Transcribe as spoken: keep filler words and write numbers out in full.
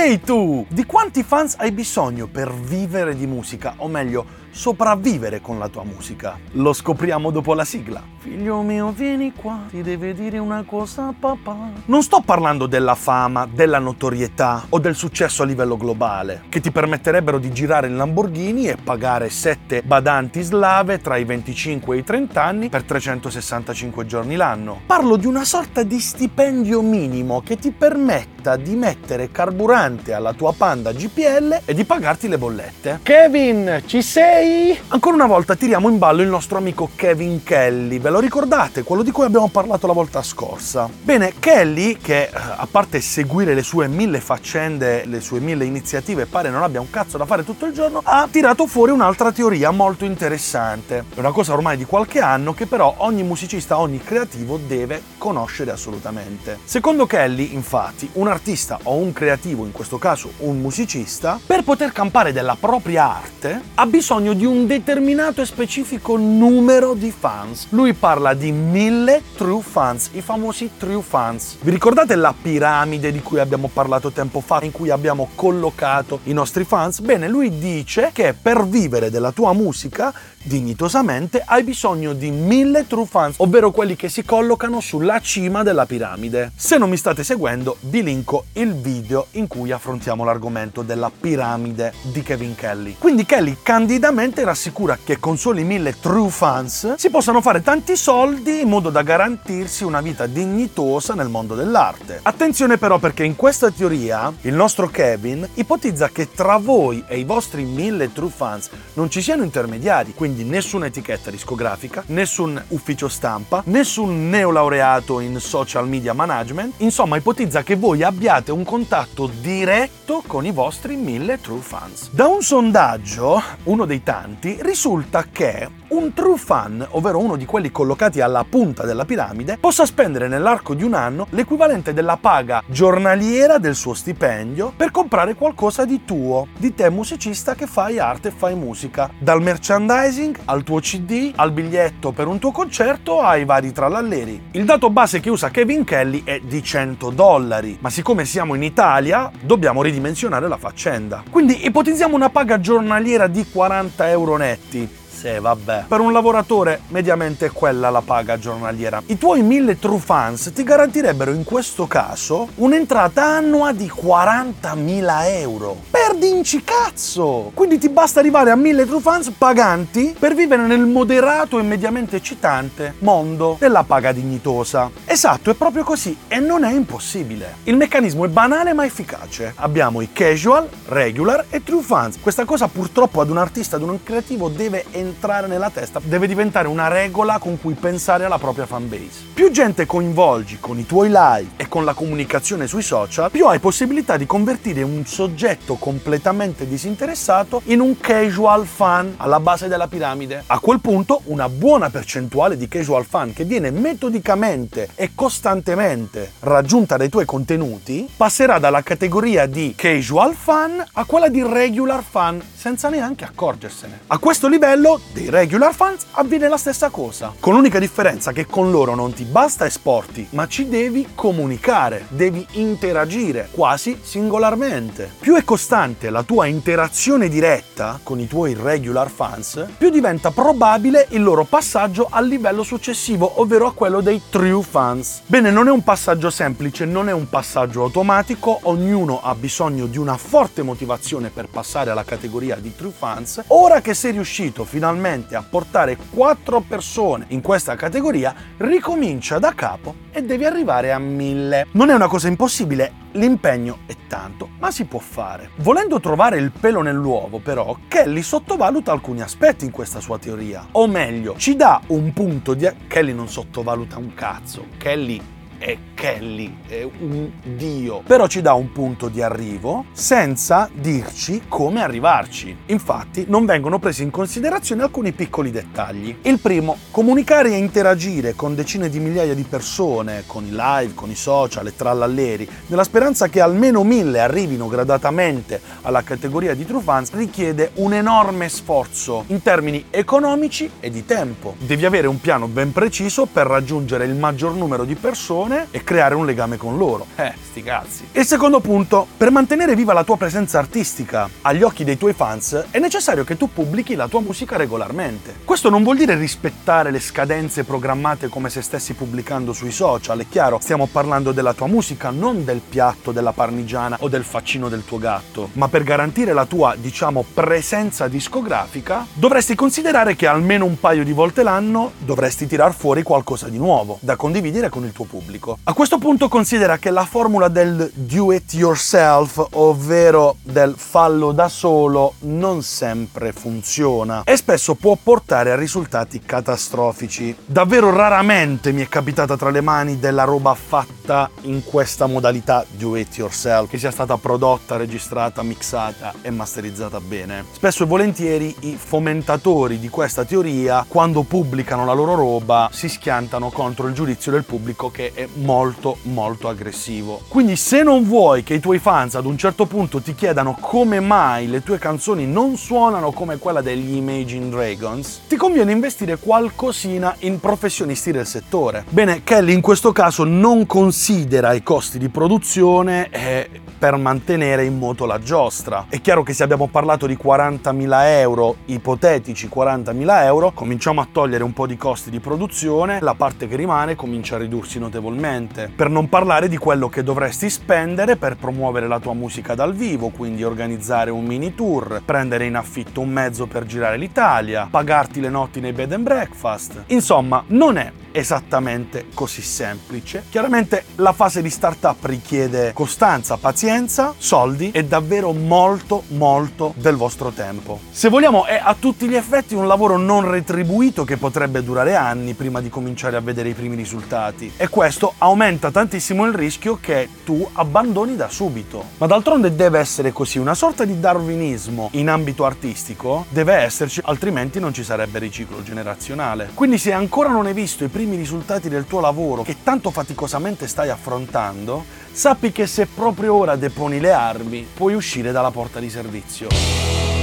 Ehi tu! Di quanti fans hai bisogno per vivere di musica? O meglio, sopravvivere con la tua musica? Lo scopriamo dopo la sigla. Figlio mio, vieni qua, ti deve dire una cosa papà. Non sto parlando della fama, della notorietà o del successo a livello globale, che ti permetterebbero di girare in Lamborghini e pagare sette badanti slave tra i venticinque e i trenta anni per trecentosessantacinque giorni l'anno. Parlo di una sorta di stipendio minimo che ti permetta di mettere carburante alla tua Panda G P L e di pagarti le bollette. Kevin, ci sei? Ancora una volta tiriamo in ballo il nostro amico Kevin Kelly, ve lo ricordate? Quello di cui abbiamo parlato la volta scorsa. Bene, Kelly, che a parte seguire le sue mille faccende, le sue mille iniziative, pare non abbia un cazzo da fare tutto il giorno, ha tirato fuori un'altra teoria molto interessante. È una cosa ormai di qualche anno che però ogni musicista, ogni creativo deve conoscere assolutamente. Secondo Kelly, infatti, un artista o un creativo, in questo caso un musicista, per poter campare della propria arte, ha bisogno di un determinato e specifico numero di fans. Lui parla di mille true fans, i famosi true fans. Vi ricordate la piramide di cui abbiamo parlato tempo fa, in cui abbiamo collocato i nostri fans? Bene, lui dice che per vivere della tua musica dignitosamente hai bisogno di mille true fans, ovvero quelli che si collocano sulla cima della piramide. Se non mi state seguendo, vi linko il video in cui affrontiamo l'argomento della piramide di Kevin Kelly. Quindi Kelly candidamente rassicura che con soli mille true fans si possano fare tanti soldi in modo da garantirsi una vita dignitosa nel mondo dell'arte. Attenzione però, perché in questa teoria il nostro Kevin ipotizza che tra voi e i vostri mille true fans non ci siano intermediari, quindi nessuna etichetta discografica, nessun ufficio stampa, nessun neolaureato in social media management. Insomma, ipotizza che voi abbiate un contatto diretto con i vostri mille true fans. Da un sondaggio, uno dei tanti, risulta che un true fan, ovvero uno di quelli collocati alla punta della piramide, possa spendere nell'arco di un anno l'equivalente della paga giornaliera del suo stipendio per comprare qualcosa di tuo, di te musicista che fai arte e fai musica. Dal merchandising al tuo C D, al biglietto per un tuo concerto, ai vari tralalleri. Il dato base che usa Kevin Kelly è di cento dollari, ma siccome siamo in Italia dobbiamo ridimensionare la faccenda. Quindi ipotizziamo una paga giornaliera di quaranta euro netti. Sì, vabbè. Per un lavoratore mediamente è quella la paga giornaliera. I tuoi mille true fans ti garantirebbero in questo caso un'entrata annua di quarantamila euro. Perdinci cazzo! Quindi ti basta arrivare a mille true fans paganti per vivere nel moderato e mediamente eccitante mondo della paga dignitosa. Esatto, è proprio così e non è impossibile. Il meccanismo è banale ma efficace. Abbiamo i casual, regular e true fans. Questa cosa purtroppo ad un artista, ad un creativo deve entrare entrare nella testa, deve diventare una regola con cui pensare alla propria fanbase. Più gente coinvolgi con i tuoi live e con la comunicazione sui social, più hai possibilità di convertire un soggetto completamente disinteressato in un casual fan alla base della piramide. A quel punto una buona percentuale di casual fan che viene metodicamente e costantemente raggiunta dai tuoi contenuti passerà dalla categoria di casual fan a quella di regular fan senza neanche accorgersene. A questo livello dei regular fans avviene la stessa cosa, con l'unica differenza che con loro non ti basta esporti, ma ci devi comunicare, devi interagire quasi singolarmente. Più è costante la tua interazione diretta con i tuoi regular fans, più diventa probabile il loro passaggio al livello successivo, ovvero a quello dei true fans. Bene, non è un passaggio semplice, non è un passaggio automatico, ognuno ha bisogno di una forte motivazione per passare alla categoria di true fans. Ora che sei riuscito finalmente a portare quattro persone in questa categoria, ricomincia da capo e devi arrivare a mille. Non è una cosa impossibile, l'impegno è tanto, ma si può fare. Volendo trovare il pelo nell'uovo, però, Kelly sottovaluta alcuni aspetti in questa sua teoria. O meglio, ci dà un punto di... Kelly non sottovaluta un cazzo. Kelly è Kelly, è un dio, però ci dà un punto di arrivo senza dirci come arrivarci. Infatti non vengono presi in considerazione alcuni piccoli dettagli. Il primo, comunicare e interagire con decine di migliaia di persone, con i live, con i social e trallalleri, nella speranza che almeno mille arrivino gradatamente alla categoria di true fans, richiede un enorme sforzo in termini economici e di tempo. Devi avere un piano ben preciso per raggiungere il maggior numero di persone persone e creare un legame con loro. Eh, sti cazzi. E il secondo punto, per mantenere viva la tua presenza artistica agli occhi dei tuoi fans, è necessario che tu pubblichi la tua musica regolarmente. Questo non vuol dire rispettare le scadenze programmate come se stessi pubblicando sui social, è chiaro, stiamo parlando della tua musica, non del piatto della parmigiana o del faccino del tuo gatto, ma per garantire la tua, diciamo, presenza discografica, dovresti considerare che almeno un paio di volte l'anno dovresti tirar fuori qualcosa di nuovo da condividere con il tuo pubblico. A questo punto considera che la formula del do it yourself, ovvero del fallo da solo, non sempre funziona e spesso può portare a risultati catastrofici. Davvero raramente mi è capitata tra le mani della roba fatta in questa modalità do it yourself, che sia stata prodotta, registrata, mixata e masterizzata bene. Spesso e volentieri i fomentatori di questa teoria, quando pubblicano la loro roba, si schiantano contro il giudizio del pubblico, che è molto molto aggressivo. Quindi se non vuoi che i tuoi fans ad un certo punto ti chiedano come mai le tue canzoni non suonano come quella degli Imagine Dragons, ti conviene investire qualcosina in professionisti del settore. Bene, Kelly in questo caso non considera i costi di produzione eh, per mantenere in moto la giostra. È chiaro che se abbiamo parlato di quarantamila euro, ipotetici quarantamila euro, cominciamo a togliere un po' di costi di produzione, la parte che rimane comincia a ridursi notevolmente. Per non parlare di quello che dovresti spendere per promuovere la tua musica dal vivo, quindi organizzare un mini tour, prendere in affitto un mezzo per girare l'Italia, pagarti le notti nei bed and breakfast. Insomma, non è esattamente così semplice. Chiaramente la fase di startup richiede costanza, pazienza, soldi e davvero molto molto del vostro tempo. Se vogliamo, è a tutti gli effetti un lavoro non retribuito che potrebbe durare anni prima di cominciare a vedere i primi risultati, e questo aumenta tantissimo il rischio che tu abbandoni da subito. Ma d'altronde deve essere così, una sorta di darwinismo in ambito artistico deve esserci, altrimenti non ci sarebbe riciclo generazionale. Quindi se ancora non hai visto i primi risultati del tuo lavoro che tanto faticosamente stai affrontando, sappi che se proprio ora deponi le armi, puoi uscire dalla porta di servizio.